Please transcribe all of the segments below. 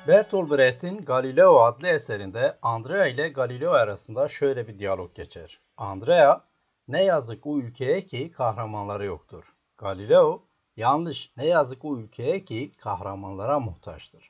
Bertolt Brecht'in Galileo adlı eserinde Andrea ile Galileo arasında şöyle bir diyalog geçer. Andrea, ne yazık o ülkeye ki kahramanları yoktur. Galileo, yanlış, ne yazık o ülkeye ki kahramanlara muhtaçtır.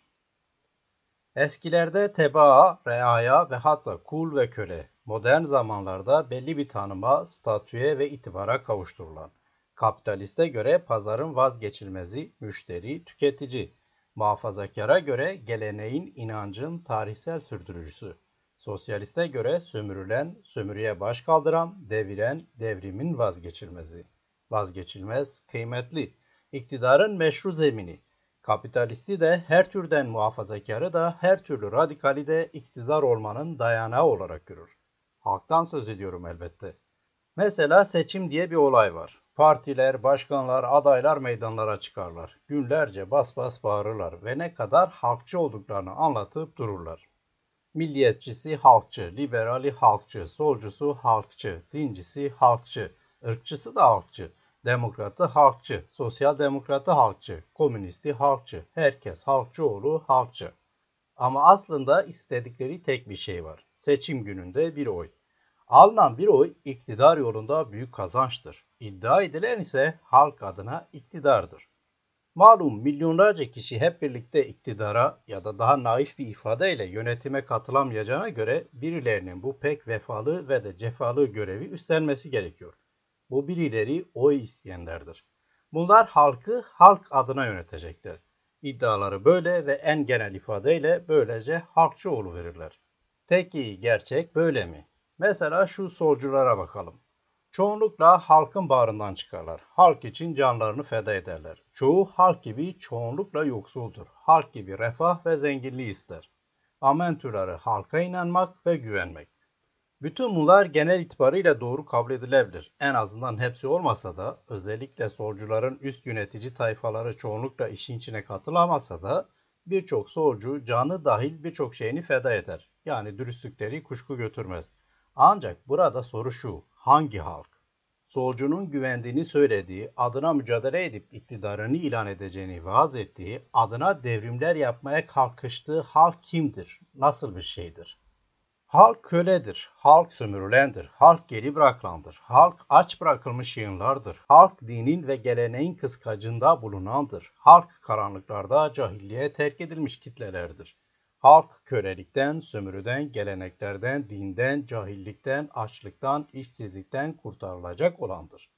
Eskilerde tebaa, reaya ve hatta kul ve köle, modern zamanlarda belli bir tanıma, statüye ve itibara kavuşturulan. Kapitaliste göre pazarın vazgeçilmezi, müşteri, tüketici. Muhafazakara göre geleneğin, inancın tarihsel sürdürücüsü. Sosyaliste göre sömürülen, sömürüye baş kaldıran, deviren, devrimin vazgeçilmezi. Vazgeçilmez, kıymetli. İktidarın meşru zemini. Kapitalisti de her türden muhafazakarı da her türlü radikali de iktidar olmanın dayanağı olarak görür. Halktan söz ediyorum elbette. Mesela seçim diye bir olay var. Partiler, başkanlar, adaylar meydanlara çıkarlar. Günlerce bas bas bağırırlar ve ne kadar halkçı olduklarını anlatıp dururlar. Milliyetçisi halkçı, liberali halkçı, solcusu halkçı, dincisi halkçı, ırkçısı da halkçı, demokratı halkçı, sosyal demokratı halkçı, komünisti halkçı, herkes halkçıoğlu halkçı. Ama aslında istedikleri tek bir şey var. Seçim gününde bir oy. Alınan bir oy iktidar yolunda büyük kazançtır. İddia edilen ise halk adına iktidardır. Malum milyonlarca kişi hep birlikte iktidara ya da daha naif bir ifadeyle yönetime katılamayacağına göre birilerinin bu pek vefalı ve de cefalı görevi üstlenmesi gerekiyor. Bu birileri oy isteyenlerdir. Bunlar halkı halk adına yönetecekler. İddiaları böyle ve en genel ifadeyle böylece halkçı verirler. Peki gerçek böyle mi? Mesela şu solculara bakalım. Çoğunlukla halkın bağrından çıkarlar. Halk için canlarını feda ederler. Çoğu halk gibi çoğunlukla yoksuldur. Halk gibi refah ve zenginliği ister. Amentüleri halka inanmak ve güvenmek. Bütün bunlar genel itibarıyla doğru kabul edilebilir. En azından hepsi olmasa da özellikle solcuların üst yönetici tayfaları çoğunlukla işin içine katılamasa da birçok solcu canı dahil birçok şeyini feda eder. Yani dürüstlükleri kuşku götürmez. Ancak burada soru şu, hangi halk? Solcunun güvendiğini söylediği, adına mücadele edip iktidarını ilan edeceğini vaaz ettiği, adına devrimler yapmaya kalkıştığı halk kimdir? Nasıl bir şeydir? Halk köledir, halk sömürülendir, halk geri bırakılandır, halk aç bırakılmış yığınlardır, halk dinin ve geleneğin kıskacında bulunandır, halk karanlıklarda cahilliğe terk edilmiş kitlelerdir. Halk kölelikten, sömürüden, geleneklerden, dinden, cahillikten, açlıktan, işsizlikten kurtarılacak olandır.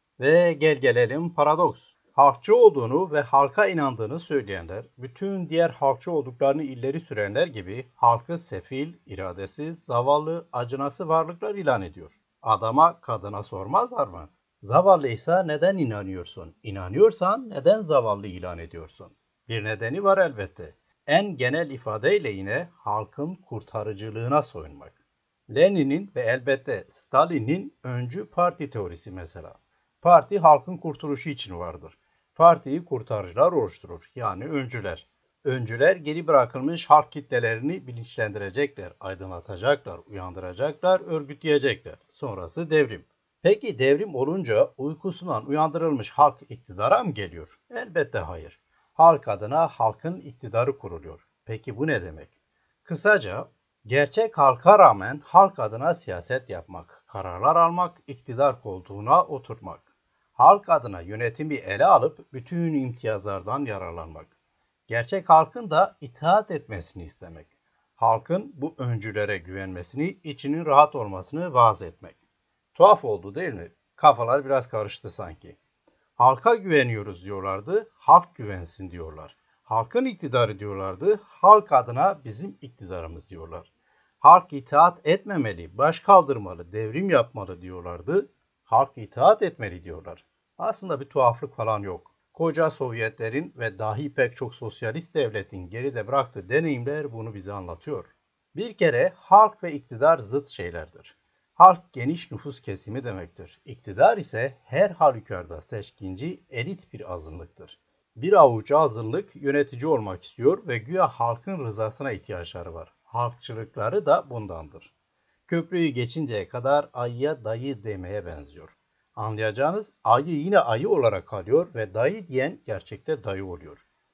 Ve gelelim paradoks. Halkçı olduğunu ve halka inandığını söyleyenler, bütün diğer halkçı olduklarını ileri sürenler gibi halkı sefil, iradesiz, zavallı, acınası varlıklar ilan ediyor. Adama, kadına sormazlar mı? Zavallıysa neden inanıyorsun? İnanıyorsan neden zavallı ilan ediyorsun? Bir nedeni var elbette. En genel ifadeyle yine halkın kurtarıcılığına soyunmak. Lenin'in ve elbette Stalin'in öncü parti teorisi mesela. Parti halkın kurtuluşu için vardır. Partiyi kurtarıcılar oluşturur, yani öncüler. Öncüler geri bırakılmış halk kitlelerini bilinçlendirecekler, aydınlatacaklar, uyandıracaklar, örgütleyecekler. Sonrası devrim. Peki devrim olunca uykusundan uyandırılmış halk iktidara mı geliyor? Elbette hayır. Halk adına halkın iktidarı kuruluyor. Peki bu ne demek? Kısaca gerçek halka rağmen halk adına siyaset yapmak, kararlar almak, iktidar koltuğuna oturmak. Halk adına yönetimi ele alıp bütün imtiyazlardan yararlanmak. Gerçek halkın da itaat etmesini istemek. Halkın bu öncülere güvenmesini, içinin rahat olmasını vaaz etmek. Tuhaf oldu değil mi? Kafalar biraz karıştı sanki. Halka güveniyoruz diyorlardı, halk güvensin diyorlar. Halkın iktidarı diyorlardı, halk adına bizim iktidarımız diyorlar. Halk itaat etmemeli, baş kaldırmalı, devrim yapmalı diyorlardı. Halk itaat etmeli diyorlar. Aslında bir tuhaflık falan yok. Koca Sovyetlerin ve dahi pek çok sosyalist devletin geride bıraktığı deneyimler bunu bize anlatıyor. Bir kere halk ve iktidar zıt şeylerdir. Halk geniş nüfus kesimi demektir. İktidar ise her halükarda seçkinci elit bir azınlıktır. Bir avuç azınlık yönetici olmak istiyor ve güya halkın rızasına ihtiyaçları var. Halkçılıkları da bundandır. Köprüyü geçinceye kadar ayıya dayı demeye benziyor. Anlayacağınız ayı yine ayı olarak kalıyor ve dayı diyen gerçekte dayı oluyor.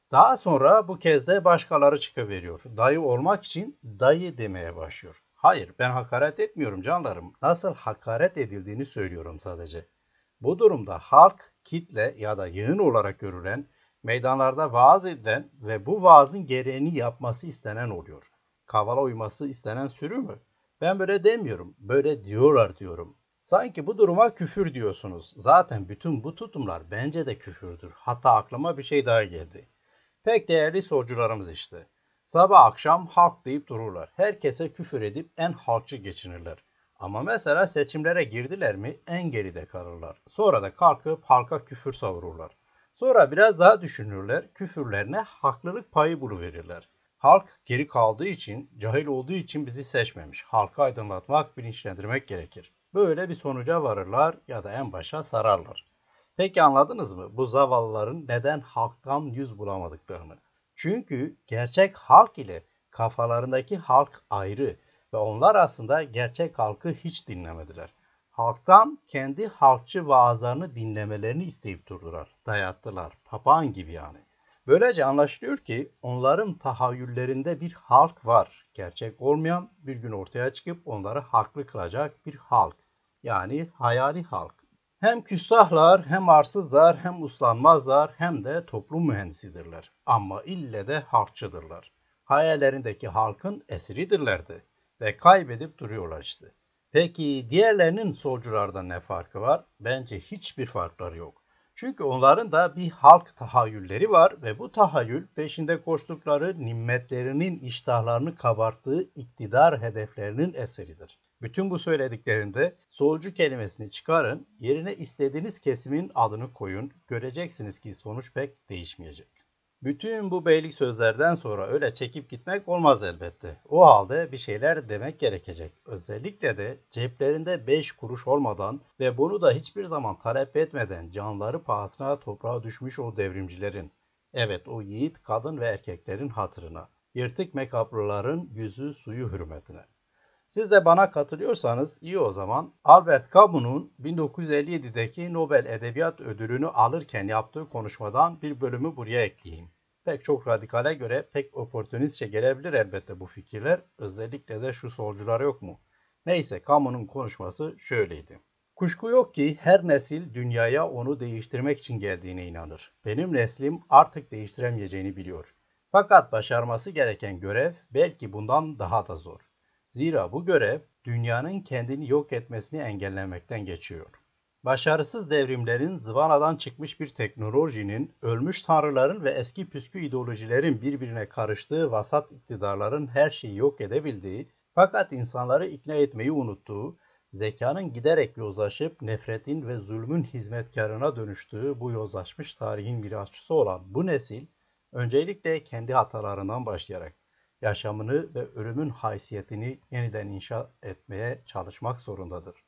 Daha sonra bu kez de başkaları çıkıveriyor. Dayı olmak için dayı demeye başlıyor. Hayır, ben hakaret etmiyorum canlarım. Nasıl hakaret edildiğini söylüyorum sadece. Bu durumda halk, kitle ya da yığın olarak görülen, meydanlarda vaaz edilen ve bu vaazın gereğini yapması istenen oluyor. Kavala uyması istenen sürü mü? Ben böyle demiyorum. Böyle diyorlar diyorum. Sanki bu duruma küfür diyorsunuz. Zaten bütün bu tutumlar bence de küfürdür. Hatta aklıma bir şey daha geldi. Pek değerli solcularımız işte. Sabah akşam halk deyip dururlar. Herkese küfür edip en halkçı geçinirler. Ama mesela seçimlere girdiler mi en geride kalırlar. Sonra da kalkıp halka küfür savururlar. Sonra biraz daha düşünürler, küfürlerine haklılık payı buluverirler. Halk geri kaldığı için, cahil olduğu için bizi seçmemiş. Halkı aydınlatmak, bilinçlendirmek gerekir. Böyle bir sonuca varırlar ya da en başa sararlar. Peki anladınız mı bu zavallıların neden halktan yüz bulamadıklarını? Çünkü gerçek halk ile kafalarındaki halk ayrı ve onlar aslında gerçek halkı hiç dinlemediler. Halktan kendi halkçı vaazlarını dinlemelerini isteyip durdular, dayattılar, papağan gibi yani. Böylece anlaşılıyor ki onların tahayyüllerinde bir halk var, gerçek olmayan bir gün ortaya çıkıp onları haklı kılacak bir halk, yani hayali halk. Hem küstahlar, hem arsızlar, hem uslanmazlar, hem de toplum mühendisidirler. Ama ille de halkçıdırlar. Hayallerindeki halkın esiridirlerdi ve kaybedip duruyorlar işte. Peki diğerlerinin solculardan ne farkı var? Bence hiçbir farkları yok. Çünkü onların da bir halk tahayyülleri var ve bu tahayyül peşinde koştukları nimetlerinin iştahlarını kabarttığı iktidar hedeflerinin eseridir. Bütün bu söylediklerimde solcu kelimesini çıkarın, yerine istediğiniz kesimin adını koyun, göreceksiniz ki sonuç pek değişmeyecek. Bütün bu beylik sözlerden sonra öyle çekip gitmek olmaz elbette. O halde bir şeyler demek gerekecek. Özellikle de ceplerinde 5 kuruş olmadan ve bunu da hiçbir zaman talep etmeden canları pahasına toprağa düşmüş o devrimcilerin, evet o yiğit kadın ve erkeklerin hatırına, yırtık mekaplıların yüzü suyu hürmetine. Siz de bana katılıyorsanız iyi o zaman. Albert Camus'un 1957'deki Nobel Edebiyat Ödülünü alırken yaptığı konuşmadan bir bölümü buraya ekleyeyim. Pek çok radikale göre pek oportunistçe gelebilir elbette bu fikirler. Özellikle de şu solcular yok mu? Neyse Camus'un konuşması şöyleydi. Kuşku yok ki her nesil dünyaya onu değiştirmek için geldiğine inanır. Benim neslim artık değiştiremeyeceğini biliyor. Fakat başarması gereken görev belki bundan daha da zor. Zira bu görev dünyanın kendini yok etmesini engellemekten geçiyor. Başarısız devrimlerin zıvanadan çıkmış bir teknolojinin, ölmüş tanrıların ve eski püskü ideolojilerin birbirine karıştığı vasat iktidarların her şeyi yok edebildiği, fakat insanları ikna etmeyi unuttuğu, zekanın giderek yozlaşıp nefretin ve zulmün hizmetkarına dönüştüğü bu yozlaşmış tarihin mirasçısı olan bu nesil, öncelikle kendi hatalarından başlayarak yaşamını ve ölümün haysiyetini yeniden inşa etmeye çalışmak zorundadır.